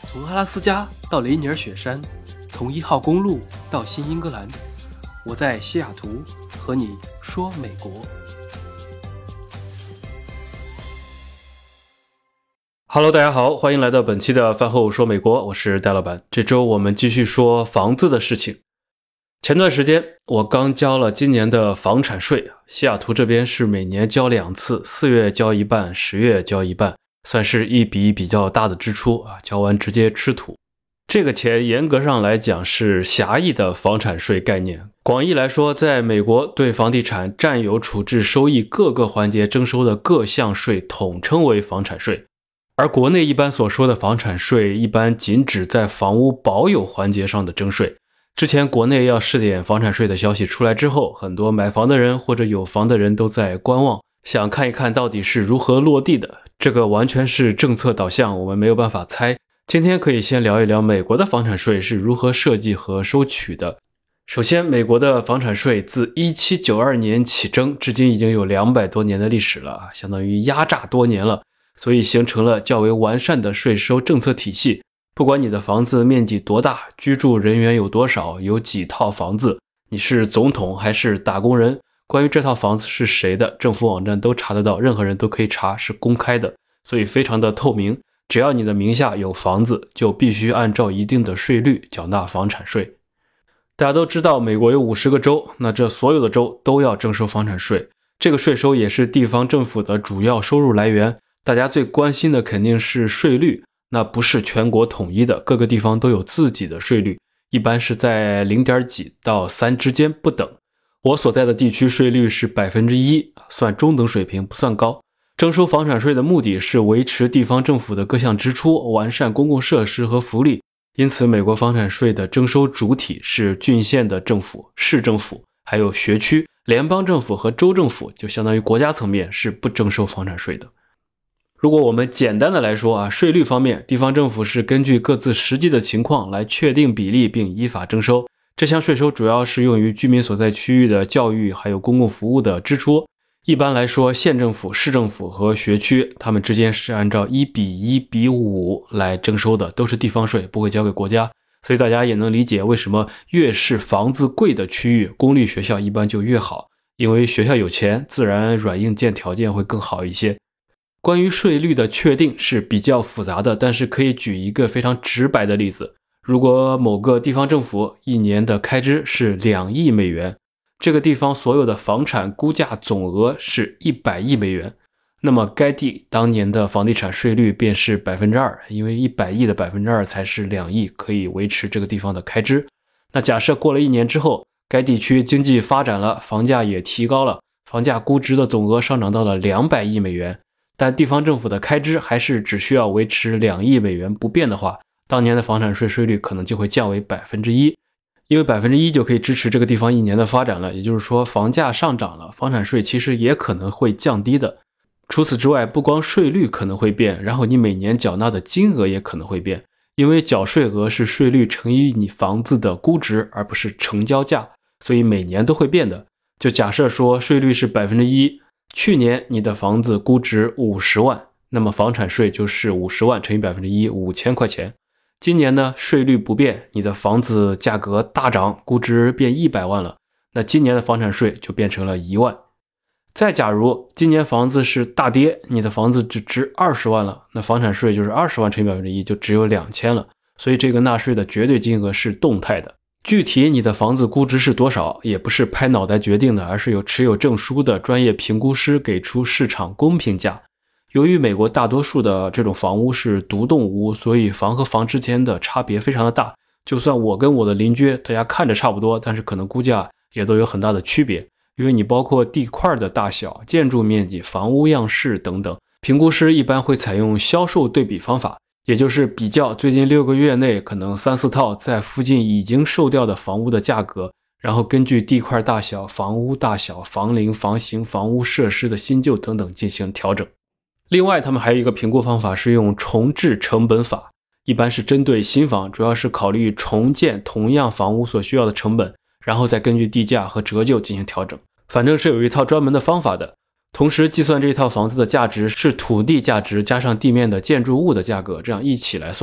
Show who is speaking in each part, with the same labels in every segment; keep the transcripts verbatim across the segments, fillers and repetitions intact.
Speaker 1: 从阿拉斯加到雷尼尔雪山，从一号公路到新英格兰，我在西雅图和你说美国。Hello， 大家好，欢迎来到本期的饭后说美国，我是戴老板。这周我们继续说房子的事情。前段时间我刚交了今年的房产税，西雅图这边是每年交两次，四月交一半，十月交一半，算是一笔比较大的支出啊，交完直接吃土。这个钱严格上来讲是狭义的房产税概念，广义来说，在美国对房地产占有处置收益各个环节征收的各项税统称为房产税。而国内一般所说的房产税一般仅指在房屋保有环节上的征税。之前国内要试点房产税的消息出来之后，很多买房的人或者有房的人都在观望，想看一看到底是如何落地的。这个完全是政策导向，我们没有办法猜。今天可以先聊一聊美国的房产税是如何设计和收取的。首先，美国的房产税自一七九二年起征，至今已经有两百多年的历史了，相当于压榨多年了，所以形成了较为完善的税收政策体系。不管你的房子面积多大，居住人员有多少，有几套房子，你是总统还是打工人，关于这套房子是谁的，政府网站都查得到，任何人都可以查，是公开的，所以非常的透明。只要你的名下有房子，就必须按照一定的税率缴纳房产税。大家都知道美国有五十个州，那这所有的州都要征收房产税，这个税收也是地方政府的主要收入来源。大家最关心的肯定是税率，那不是全国统一的，各个地方都有自己的税率，一般是在 零点几到三之间不等。我所在的地区税率是 百分之一， 算中等水平，不算高。征收房产税的目的是维持地方政府的各项支出，完善公共设施和福利，因此美国房产税的征收主体是郡县的政府、市政府，还有学区。联邦政府和州政府就相当于国家层面是不征收房产税的。如果我们简单的来说啊，税率方面，地方政府是根据各自实际的情况来确定比例并依法征收。这项税收主要是用于居民所在区域的教育还有公共服务的支出。一般来说，县政府、市政府和学区，他们之间是按照一比一比五来征收的，都是地方税，不会交给国家。所以大家也能理解为什么越是房子贵的区域，公立学校一般就越好，因为学校有钱，自然软硬件条件会更好一些。关于税率的确定是比较复杂的，但是可以举一个非常直白的例子。如果某个地方政府一年的开支是两亿美元，这个地方所有的房产估价总额是一百亿美元，那么该地当年的房地产税率便是 百分之二， 因为一百亿的 百分之二 才是两亿，可以维持这个地方的开支。那假设过了一年之后，该地区经济发展了，房价也提高了，房价估值的总额上涨到了两百亿美元，但地方政府的开支还是只需要维持两亿美元不变的话，当年的房产税税率可能就会降为 百分之一， 因为 百分之一 就可以支持这个地方一年的发展了，也就是说房价上涨了，房产税其实也可能会降低的。除此之外，不光税率可能会变，然后你每年缴纳的金额也可能会变，因为缴税额是税率乘以你房子的估值，而不是成交价，所以每年都会变的。就假设说税率是 百分之一，去年你的房子估值五十万，那么房产税就是五十万乘以 百分之一， 五千块钱。今年呢，税率不变，你的房子价格大涨，估值变一百万了，那今年的房产税就变成了一万。再假如今年房子是大跌，你的房子只值二十万了，那房产税就是二十万乘以 百分之一， 就只有两千了。所以这个纳税的绝对金额是动态的。具体你的房子估值是多少，也不是拍脑袋决定的，而是有持有证书的专业评估师给出市场公平价。由于美国大多数的这种房屋是独栋屋，所以房和房之间的差别非常的大。就算我跟我的邻居，大家看着差不多，但是可能估价也都有很大的区别。因为你包括地块的大小、建筑面积、房屋样式等等，评估师一般会采用销售对比方法，也就是比较最近六个月内可能三四套在附近已经售掉的房屋的价格，然后根据地块大小、房屋大小、房龄、房型、房屋设施的新旧等等进行调整。另外他们还有一个评估方法是用重置成本法，一般是针对新房，主要是考虑重建同样房屋所需要的成本，然后再根据地价和折旧进行调整。反正是有一套专门的方法的。同时计算这一套房子的价值是土地价值加上地面的建筑物的价格，这样一起来算。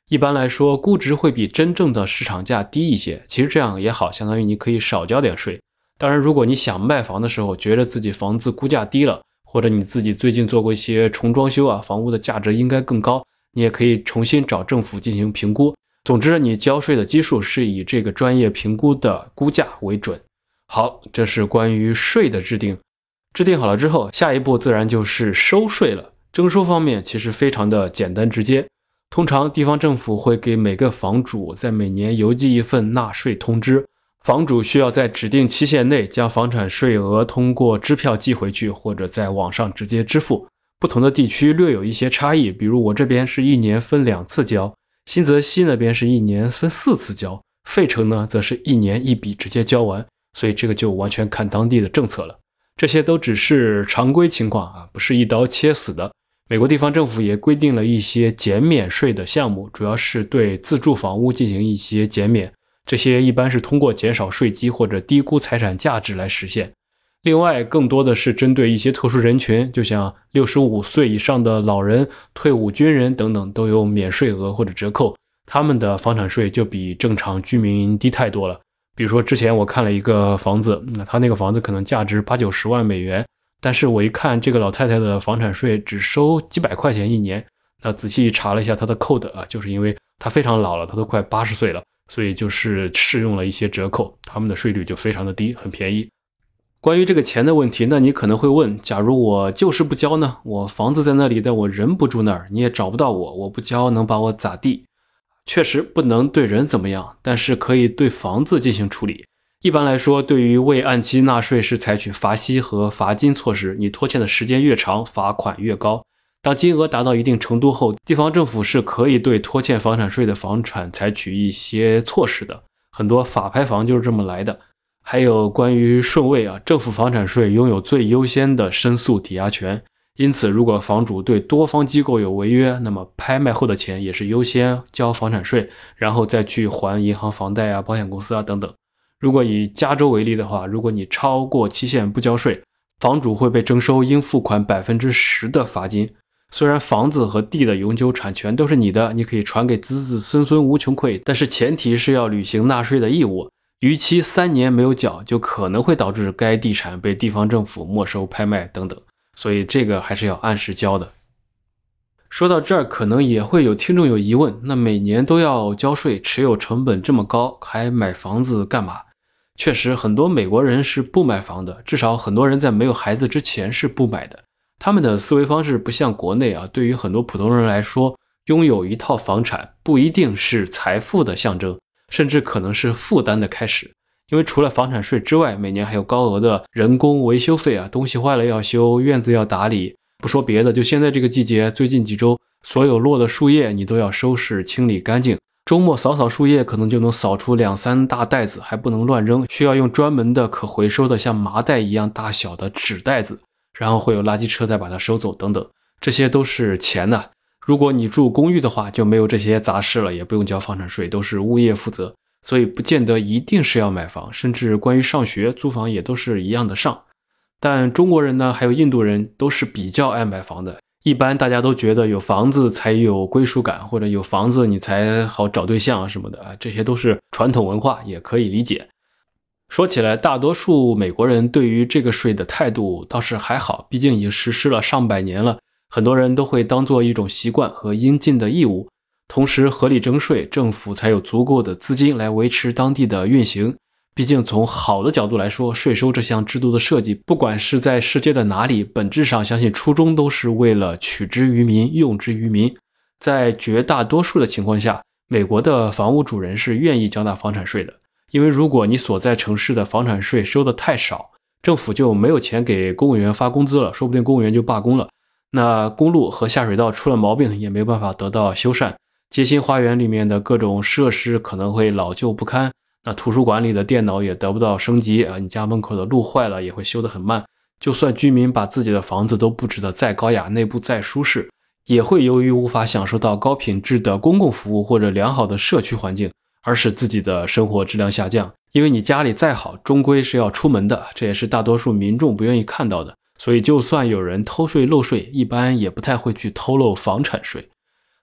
Speaker 1: 一般来说，估值会比真正的市场价低一些。其实这样也好，相当于你可以少交点税。当然，如果你想卖房的时候，觉得自己房子估价低了，或者你自己最近做过一些重装修啊，房屋的价值应该更高，你也可以重新找政府进行评估。总之，你交税的基数是以这个专业评估的估价为准。好，这是关于税的制定。制定好了之后，下一步自然就是收税了。征收方面其实非常的简单直接。通常地方政府会给每个房主在每年邮寄一份纳税通知，房主需要在指定期限内将房产税额通过支票寄回去，或者在网上直接支付。不同的地区略有一些差异，比如我这边是一年分两次交，新泽西那边是一年分四次交，费城呢则是一年一笔直接交完，所以这个就完全看当地的政策了。这些都只是常规情况啊，不是一刀切死的。美国地方政府也规定了一些减免税的项目，主要是对自住房屋进行一些减免，这些一般是通过减少税基或者低估财产价值来实现。另外，更多的是针对一些特殊人群，就像六十五岁以上的老人、退伍军人等等，都有免税额或者折扣，他们的房产税就比正常居民低太多了。比如说之前我看了一个房子，那他那个房子可能价值八九十万美元，但是我一看这个老太太的房产税只收几百块钱一年，那仔细查了一下她的 code 啊，就是因为她非常老了，她都快八十岁了，所以就是适用了一些折扣，他们的税率就非常的低，很便宜。关于这个钱的问题，那你可能会问，假如我就是不交呢？我房子在那里，但我人不住那儿，你也找不到我，我不交能把我咋地？确实不能对人怎么样，但是可以对房子进行处理。一般来说，对于未按期纳税是采取罚息和罚金措施，你拖欠的时间越长，罚款越高。当金额达到一定程度后，地方政府是可以对拖欠房产税的房产采取一些措施的。很多法拍房就是这么来的。还有关于顺位啊，政府房产税拥有最优先的申诉抵押权，因此如果房主对多方机构有违约，那么拍卖后的钱也是优先交房产税，然后再去还银行房贷啊、保险公司啊等等。如果以加州为例的话，如果你超过期限不交税，房主会被征收应付款 百分之十 的罚金。虽然房子和地的永久产权都是你的，你可以传给子子孙孙无穷匮，但是前提是要履行纳税的义务。逾期三年没有缴，就可能会导致该地产被地方政府没收、拍卖等等，所以这个还是要按时交的。说到这儿，可能也会有听众有疑问，那每年都要交税，持有成本这么高，还买房子干嘛？确实，很多美国人是不买房的，至少很多人在没有孩子之前是不买的。他们的思维方式不像国内啊，对于很多普通人来说，拥有一套房产不一定是财富的象征，甚至可能是负担的开始。因为除了房产税之外，每年还有高额的人工维修费啊，东西坏了要修，院子要打理。不说别的，就现在这个季节，最近几周所有落的树叶你都要收拾清理干净。周末扫扫树叶可能就能扫出两三大袋子，还不能乱扔，需要用专门的可回收的像麻袋一样大小的纸袋子，然后会有垃圾车再把它收走等等，这些都是钱呐、啊。如果你住公寓的话，就没有这些杂事了，也不用交房产税，都是物业负责，所以不见得一定是要买房，甚至关于上学租房也都是一样的上。但中国人呢，还有印度人都是比较爱买房的，一般大家都觉得有房子才有归属感，或者有房子你才好找对象什么的啊，这些都是传统文化，也可以理解。说起来，大多数美国人对于这个税的态度倒是还好，毕竟已经实施了上百年了，很多人都会当做一种习惯和应尽的义务。同时合理征税，政府才有足够的资金来维持当地的运行。毕竟从好的角度来说，税收这项制度的设计，不管是在世界的哪里，本质上相信初衷都是为了取之于民，用之于民。在绝大多数的情况下，美国的房屋主人是愿意交纳房产税的。因为如果你所在城市的房产税收的太少，政府就没有钱给公务员发工资了，说不定公务员就罢工了。那公路和下水道出了毛病，也没办法得到修缮。街心花园里面的各种设施可能会老旧不堪，那图书馆里的电脑也得不到升级啊，你家门口的路坏了也会修得很慢。就算居民把自己的房子都布置得再高雅，内部再舒适，也会由于无法享受到高品质的公共服务或者良好的社区环境，而使自己的生活质量下降。因为你家里再好，终归是要出门的，这也是大多数民众不愿意看到的。所以就算有人偷税漏税，一般也不太会去偷漏房产税。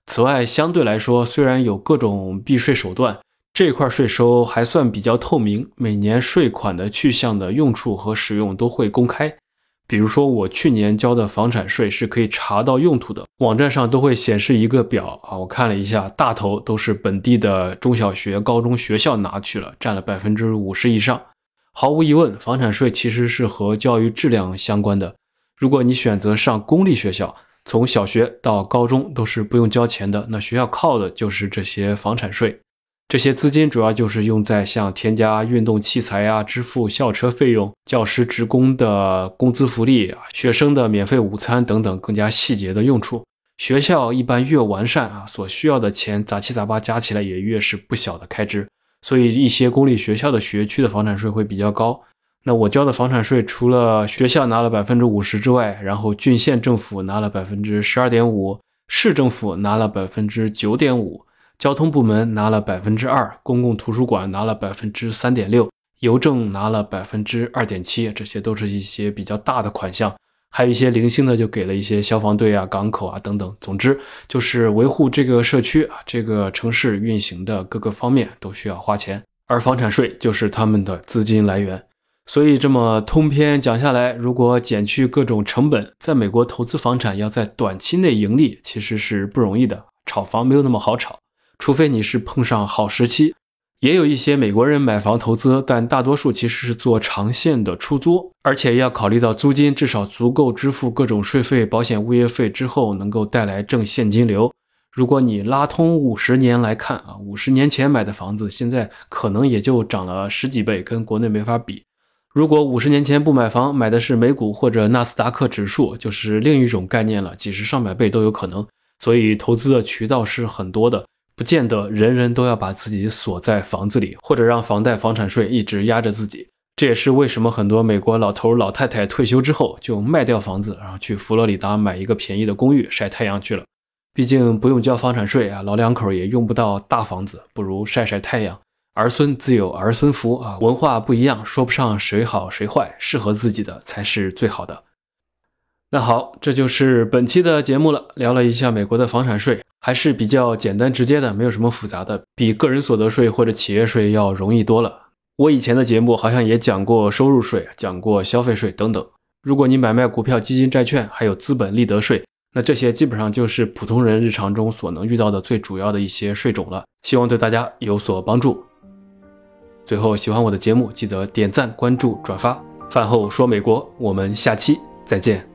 Speaker 1: 此外，相对来说，虽然有各种避税手段，这块税收还算比较透明，每年税款的去向的用处和使用都会公开。比如说我去年交的房产税是可以查到用途的，网站上都会显示一个表啊，我看了一下，大头都是本地的中小学、高中学校拿去了，占了 百分之五十 以上。毫无疑问，房产税其实是和教育质量相关的。如果你选择上公立学校，从小学到高中都是不用交钱的，那学校靠的就是这些房产税。这些资金主要就是用在像添加运动器材啊、支付校车费用、教师职工的工资福利、学生的免费午餐等等更加细节的用处。学校一般越完善啊，所需要的钱杂七杂八加起来也越是不小的开支，所以一些公立学校的学区的房产税会比较高。那我交的房产税除了学校拿了 百分之五十 之外，然后郡县政府拿了 百分之十二点五， 市政府拿了 百分之九点五，交通部门拿了 百分之二， 公共图书馆拿了 百分之三点六， 邮政拿了 百分之二点七， 这些都是一些比较大的款项，还有一些零星的就给了一些消防队啊、港口啊等等。总之就是维护这个社区啊、这个城市运行的各个方面都需要花钱，而房产税就是他们的资金来源。所以这么通篇讲下来，如果减去各种成本，在美国投资房产要在短期内盈利其实是不容易的，炒房没有那么好炒，除非你是碰上好时期。也有一些美国人买房投资，但大多数其实是做长线的出租，而且要考虑到租金至少足够支付各种税费、保险、物业费之后能够带来正现金流。如果你拉通五十年来看啊，五十年前买的房子现在可能也就涨了十几倍，跟国内没法比。如果五十年前不买房，买的是美股或者纳斯达克指数，就是另一种概念了，几十上百倍都有可能。所以投资的渠道是很多的，不见得人人都要把自己锁在房子里，或者让房贷房产税一直压着自己。这也是为什么很多美国老头老太太退休之后就卖掉房子，然后去佛罗里达买一个便宜的公寓晒太阳去了。毕竟不用交房产税啊，老两口也用不到大房子，不如晒晒太阳。儿孙自有儿孙福啊，文化不一样，说不上谁好谁坏，适合自己的才是最好的。那好，这就是本期的节目了，聊了一下美国的房产税，还是比较简单直接的，没有什么复杂的，比个人所得税或者企业税要容易多了。我以前的节目好像也讲过收入税，讲过消费税等等。如果你买卖股票、基金、债券，还有资本利得税，那这些基本上就是普通人日常中所能遇到的最主要的一些税种了，希望对大家有所帮助。最后，喜欢我的节目记得点赞、关注、转发。饭后说美国，我们下期再见。